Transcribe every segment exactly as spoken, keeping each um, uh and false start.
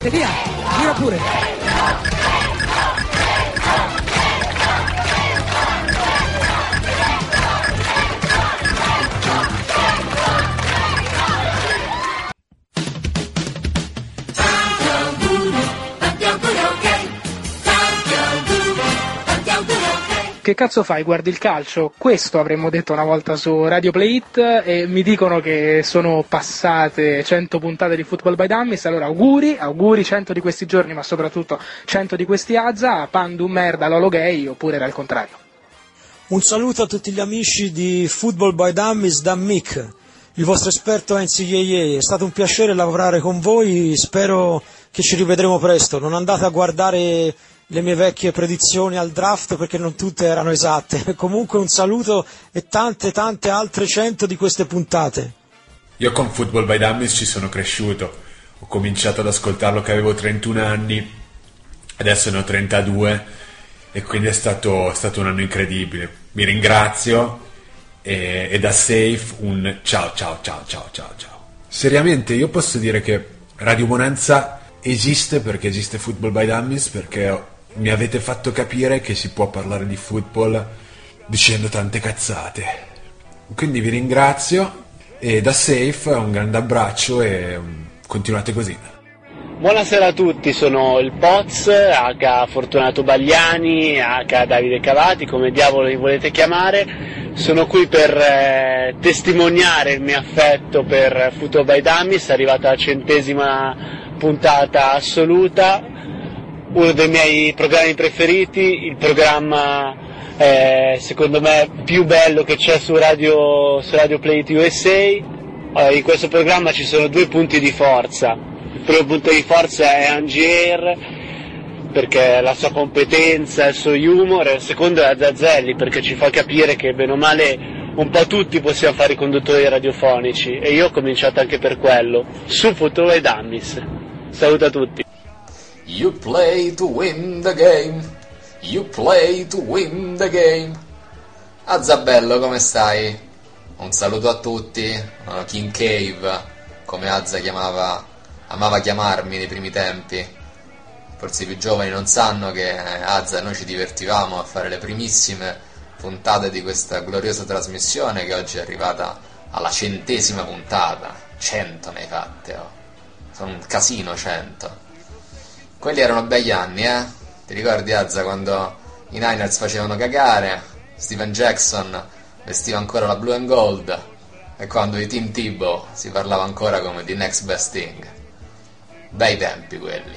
E via, gira pure. Che cazzo fai? Guardi il calcio? Questo avremmo detto una volta su Radio Play It e mi dicono che sono passate cento puntate di Football by Dummies, allora auguri, auguri cento di questi giorni, ma soprattutto cento di questi Azza, Pandu merda Lolo gay, oppure era il contrario. Un saluto a tutti gli amici di Football by Dummies da Mick, il vostro esperto N C A A. È stato un piacere lavorare con voi, spero che ci rivedremo presto. Non andate a guardare le mie vecchie predizioni al draft perché non tutte erano esatte. Comunque un saluto e tante tante altre cento di queste puntate. Io con Football by Dummies ci sono cresciuto, ho cominciato ad ascoltarlo che avevo trentuno anni, adesso ne ho trentadue e quindi è stato, è stato un anno incredibile. Vi ringrazio e, e da Safe un ciao ciao ciao ciao ciao ciao. Seriamente io posso dire che Radio Bonanza esiste perché esiste Football by Dummies, perché mi avete fatto capire che si può parlare di football dicendo tante cazzate. Quindi vi ringrazio e da Safe un grande abbraccio e continuate così. Buonasera a tutti, sono il Poz, H Fortunato Bagliani, H Davide Cavati, come diavolo li volete chiamare. Sono qui per eh, testimoniare il mio affetto per Football by Dummies, è arrivata la centesima puntata assoluta. Uno dei miei programmi preferiti, il programma eh, secondo me più bello che c'è su Radio, su Radio Play It U S A. Eh, in questo programma ci sono due punti di forza. Il primo punto di forza è Angier, perché la sua competenza, il suo humor, e il secondo è Azzazelli, perché ci fa capire che bene o male un po' tutti possiamo fare i conduttori radiofonici, e io ho cominciato anche per quello, su Football by Dummies. Saluto a tutti. You play to win the game, you play to win the game. Azzabello, come stai? Un saluto a tutti, uh, King Cave, come Azza chiamava, amava chiamarmi nei primi tempi. Forse i più giovani non sanno che Azza e noi ci divertivamo a fare le primissime puntate di questa gloriosa trasmissione che oggi è arrivata alla centesima puntata. Cento ne hai fatte, oh. Sono un casino, cento. Quelli erano begli anni, eh? Ti ricordi, Azza, quando i Niners facevano cagare, Steven Jackson vestiva ancora la blue and gold, e quando di Tim Tebow si parlava ancora come di next best thing. Bei tempi quelli.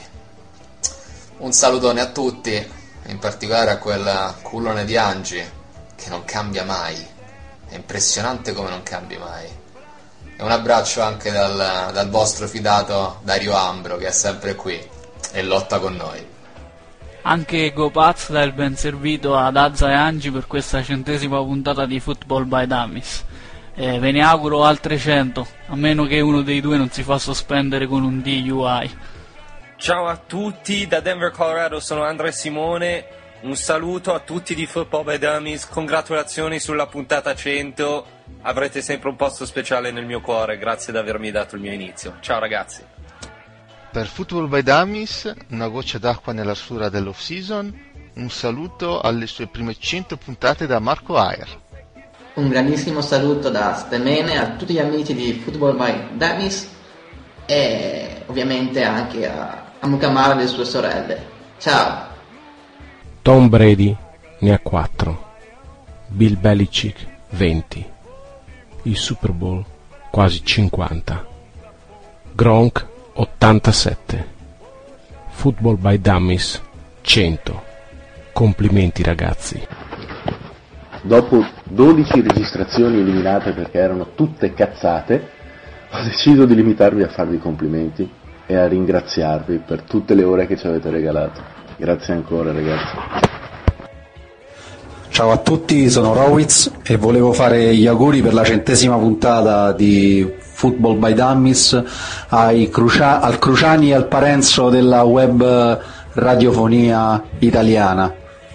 Un salutone a tutti, in particolare a quel culone di Angi che non cambia mai. È impressionante come non cambi mai. E un abbraccio anche dal, dal vostro fidato Dario Ambro, che è sempre qui e lotta con noi. Anche Gopaz dà il ben servito ad Azza e Angi per questa centesima puntata di Football by Dummies. Eh, ve ne auguro altre cento, a meno che uno dei due non si fa sospendere con un D U I. Ciao a tutti, da Denver, Colorado sono Andrea Simone. Un saluto a tutti di Football by Dummies, congratulazioni sulla puntata cento. Avrete sempre un posto speciale nel mio cuore, grazie di avermi dato il mio inizio. Ciao ragazzi. Per Football by Dummies, una goccia d'acqua nell'arsura dell'off season, un saluto alle sue prime cento puntate da Marco Ayer. Un grandissimo saluto da Stemene a tutti gli amici di Football by Dummies e ovviamente anche a, a Mukamara e le sue sorelle. Ciao! Tom Brady ne ha quattro, Bill Belichick venti, il Super Bowl quasi cinquanta, Gronk ottantasette, Football by Dummies cento. Complimenti ragazzi. Dopo dodici registrazioni eliminate perché erano tutte cazzate, ho deciso di limitarvi a farvi complimenti e a ringraziarvi per tutte le ore che ci avete regalato. Grazie ancora ragazzi. Ciao a tutti, sono Rowitz e volevo fare gli auguri per la centesima puntata di Football by Dummies ai Crucia- al Cruciani e al Parenzo della web radiofonia italiana.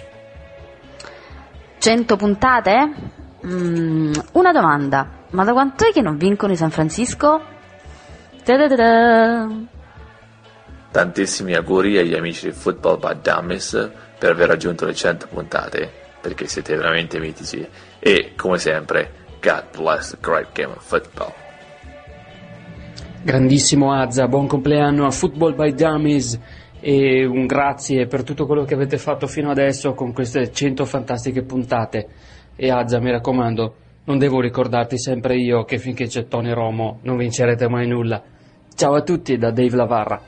cento puntate? Mm, una domanda, ma da quanto è che non vincono i San Francisco? Ta-da-da-da. Tantissimi auguri agli amici di Football by Dummies per aver raggiunto le cento puntate, perché siete veramente mitici, e come sempre God bless the great game of football. Grandissimo Azza, buon compleanno a Football by Dummies e un grazie per tutto quello che avete fatto fino adesso con queste cento fantastiche puntate. E Azza, mi raccomando, non devo ricordarti sempre io che finché c'è Tony Romo non vincerete mai nulla. Ciao a tutti da Dave Lavarra.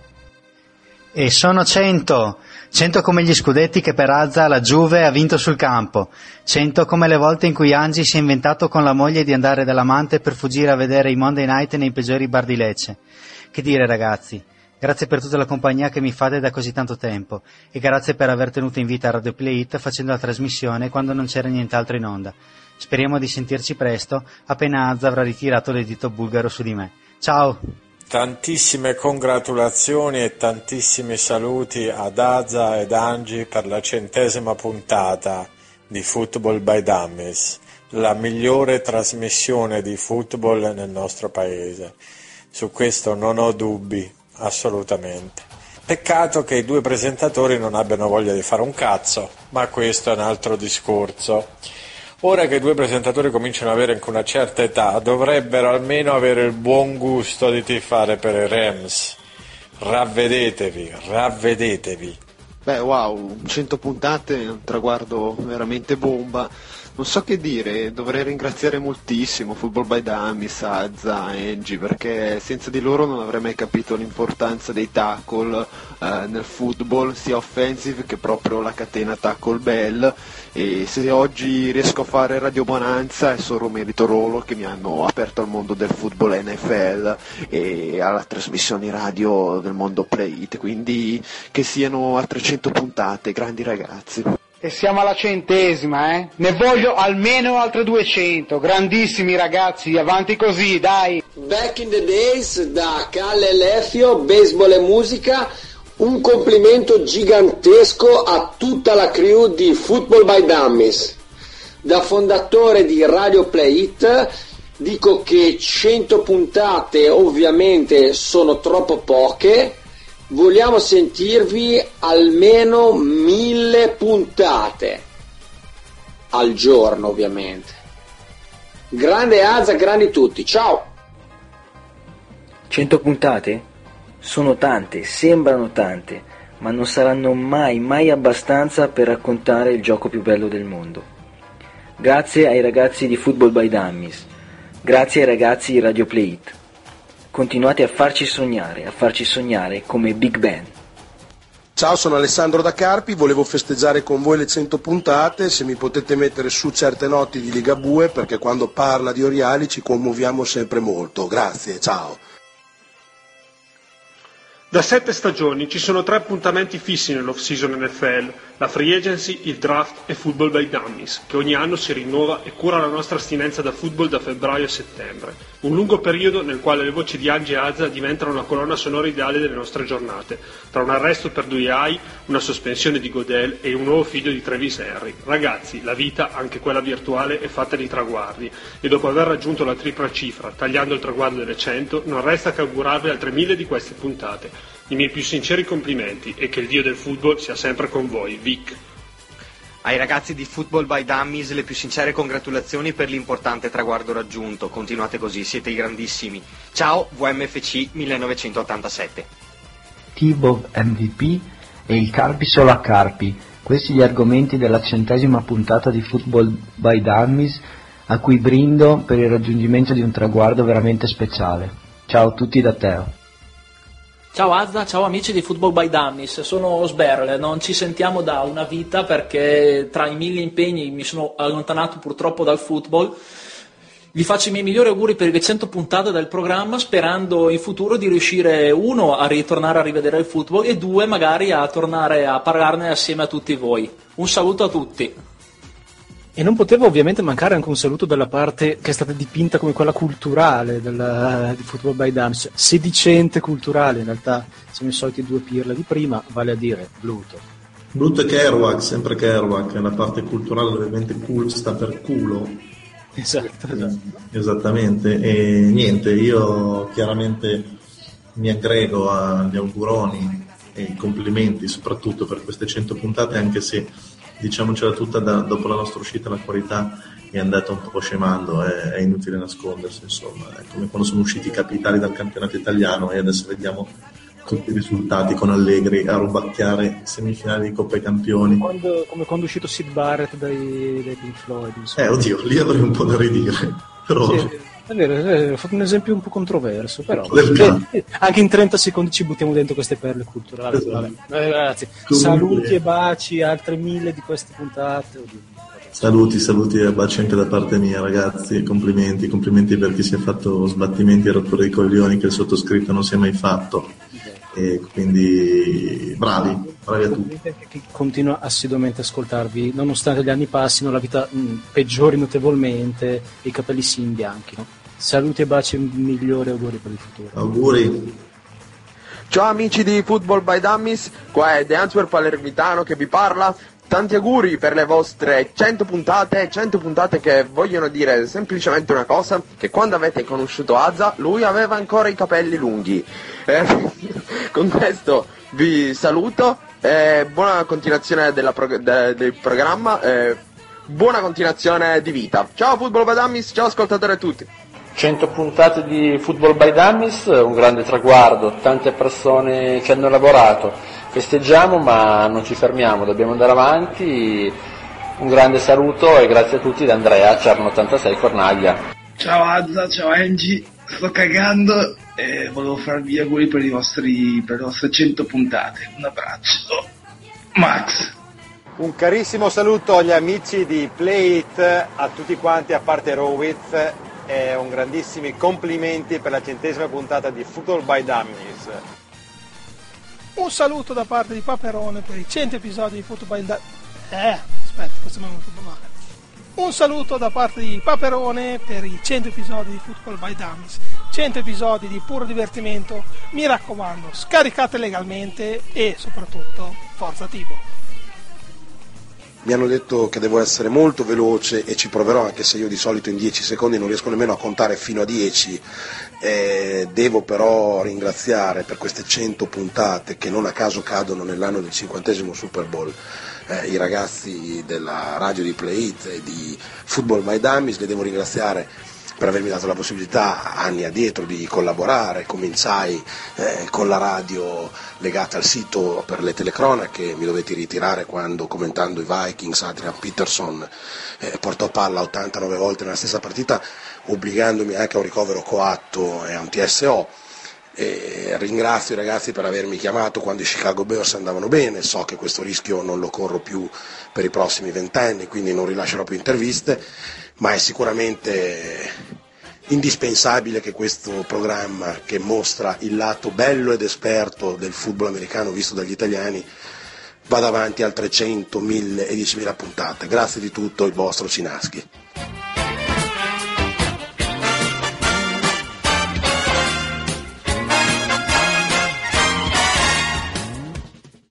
E sono cento, cento come gli scudetti che per Azza la Juve ha vinto sul campo, cento come le volte in cui Angi si è inventato con la moglie di andare dall'amante per fuggire a vedere i Monday Night nei peggiori bar di Lecce. Che dire ragazzi, grazie per tutta la compagnia che mi fate da così tanto tempo e grazie per aver tenuto in vita Radio Play It facendo la trasmissione quando non c'era nient'altro in onda. Speriamo di sentirci presto, appena Azza avrà ritirato l'editto bulgaro su di me. Ciao! Tantissime congratulazioni e tantissimi saluti ad Azza ed Angi per la centesima puntata di Football by Dummies, la migliore trasmissione di football nel nostro paese. Su questo non ho dubbi, assolutamente. Peccato che i due presentatori non abbiano voglia di fare un cazzo, ma questo è un altro discorso. Ora che i due presentatori cominciano ad avere anche una certa età, dovrebbero almeno avere il buon gusto di tifare per i Rams. Ravvedetevi, ravvedetevi. Beh, wow, cento puntate, un traguardo veramente bomba. Non so che dire, dovrei ringraziare moltissimo Football by Dummies, Azza, Angie, perché senza di loro non avrei mai capito l'importanza dei tackle eh, nel football, sia offensive che proprio la catena tackle bell, e se oggi riesco a fare Radio Bonanza è solo merito loro che mi hanno aperto al mondo del football N F L e alle trasmissioni radio del mondo Play It, quindi che siano a trecento puntate, grandi ragazzi. E siamo alla centesima, eh? Ne voglio almeno altre duecento. Grandissimi ragazzi, avanti così, dai. Back in the days, da Calle Lefio, baseball e musica, un complimento gigantesco a tutta la crew di Football by Dummies. Da fondatore di Radio Play It, dico che cento puntate ovviamente sono troppo poche. Vogliamo sentirvi almeno mille puntate al giorno, ovviamente. Grande Azza, grandi tutti, ciao! cento puntate? Sono tante, sembrano tante, ma non saranno mai, mai abbastanza per raccontare il gioco più bello del mondo. Grazie ai ragazzi di Football by Dummies, grazie ai ragazzi di Radio Play It. Continuate a farci sognare, a farci sognare come Big Ben. Ciao, sono Alessandro da Carpi, volevo festeggiare con voi le cento puntate, se mi potete mettere su certe notti di Ligabue, perché quando parla di Oriali ci commuoviamo sempre molto. Grazie, ciao. Da sette stagioni ci sono tre appuntamenti fissi nell'off-season N F L, la free agency, il draft e Football by Dummies, che ogni anno si rinnova e cura la nostra astinenza da football da febbraio a settembre. Un lungo periodo nel quale le voci di Angie e Azza diventano la colonna sonora ideale delle nostre giornate, tra un arresto per due A I, una sospensione di Godel e un nuovo figlio di Travis Henry. Ragazzi, la vita, anche quella virtuale, è fatta di traguardi, e dopo aver raggiunto la tripla cifra, tagliando il traguardo delle cento, non resta che augurarvi altre mille di queste puntate. I miei più sinceri complimenti e che il dio del football sia sempre con voi, Vic. Ai ragazzi di Football by Dummies le più sincere congratulazioni per l'importante traguardo raggiunto. Continuate così, siete i grandissimi. Ciao, V M F C millenovecentottantasette. T-Bob M V P e il Carpi solo a Carpi. Questi gli argomenti della centesima puntata di Football by Dummies, a cui brindo per il raggiungimento di un traguardo veramente speciale. Ciao a tutti da Teo. Ciao Azza, ciao amici di Football by Dummies, sono Sberle, non ci sentiamo da una vita perché tra i mille impegni mi sono allontanato purtroppo dal football. Vi faccio i miei migliori auguri per le cento puntate del programma, sperando in futuro di riuscire, uno, a ritornare a rivedere il football e due, magari a tornare a parlarne assieme a tutti voi. Un saluto a tutti. E non poteva ovviamente mancare anche un saluto dalla parte che è stata dipinta come quella culturale del, di Football by Dummies, sedicente culturale, in realtà siamo i soliti due pirla di prima, vale a dire Bluto. Bluto e Kerouac, sempre Kerouac, la parte culturale ovviamente cool sta per culo. Esatto, esatto. Esattamente, e niente, io chiaramente mi aggrego agli auguroni e i complimenti soprattutto per queste cento puntate, anche se diciamocela tutta, da, dopo la nostra uscita la qualità è andata un po' scemando, è, è inutile nascondersi, insomma, è come quando sono usciti i capitali dal campionato italiano e adesso vediamo tutti i risultati con Allegri a rubacchiare semifinali di Coppa ai Campioni. Quando, come quando è uscito Sid Barrett dai, dai Pink Floyd, insomma. Eh oddio, lì avrei un po' da ridire, però... Sì. È vero, è vero, ho fatto un esempio un po' controverso, però eh, anche in trenta secondi ci buttiamo dentro queste perle culturali. Esatto. Vabbè. Eh, ragazzi, comunque, saluti e baci, altre mille di queste puntate. Oddio. Saluti, saluti e baci anche da parte mia, ragazzi, complimenti, complimenti per chi si è fatto sbattimenti e rotture di coglioni che il sottoscritto non si è mai fatto. E quindi bravi, bravi a tutti. Chi continua assiduamente a ascoltarvi, nonostante gli anni passino, la vita mh, peggiori notevolmente e i capelli si imbianchino. Saluti e baci, migliori auguri per il futuro. Auguri. Ciao amici di Football by Dummies, qua è The Antwerp Palermitano che vi parla. Tanti auguri per le vostre cento puntate, cento puntate che vogliono dire semplicemente una cosa, che quando avete conosciuto Azza, lui aveva ancora i capelli lunghi. Eh, con questo vi saluto, eh, buona continuazione della pro- de- del programma, eh, buona continuazione di vita. Ciao Football by Dummies, ciao ascoltatori a tutti. cento puntate di Football by Dummies, un grande traguardo, tante persone ci hanno lavorato. Festeggiamo ma non ci fermiamo, dobbiamo andare avanti. Un grande saluto e grazie a tutti da Andrea, Cerno ottantasei Cornaglia. Ciao Azza, ciao Angie, sto cagando e volevo farvi gli auguri per, i vostri, per le vostre cento puntate. Un abbraccio. Max. Un carissimo saluto agli amici di Play It, a tutti quanti a parte Rowitz e un grandissimi complimenti per la centesima puntata di Football by Dummies. Un saluto da parte di Paperone per i cento episodi di Football by Dummies. Eh, aspetta, questo mi è venuto male. Un saluto da parte di Paperone per i cento episodi di Football by Dummies. cento episodi di puro divertimento. Mi raccomando, scaricate legalmente e soprattutto forza tipo. Mi hanno detto che devo essere molto veloce e ci proverò, anche se io di solito in dieci secondi non riesco nemmeno a contare fino a dieci. Eh, devo però ringraziare per queste cento puntate che non a caso cadono nell'anno del cinquantesimo Super Bowl eh, i ragazzi della radio di Play It e di Football by Dummies. Li devo ringraziare per avermi dato la possibilità anni addietro di collaborare. Cominciai eh, con la radio legata al sito per le telecronache, mi dovetti ritirare quando, commentando i Vikings, Adrian Peterson eh, portò palla ottantanove volte nella stessa partita, obbligandomi anche a un ricovero coatto e a un T S O. E ringrazio i ragazzi per avermi chiamato quando i Chicago Bears andavano bene. So che questo rischio non lo corro più per i prossimi ventenni, quindi non rilascerò più interviste, ma è sicuramente indispensabile che questo programma, che mostra il lato bello ed esperto del football americano visto dagli italiani, vada avanti altre cento, mille e diecimila puntate. Grazie di tutto, il vostro Cinaschi.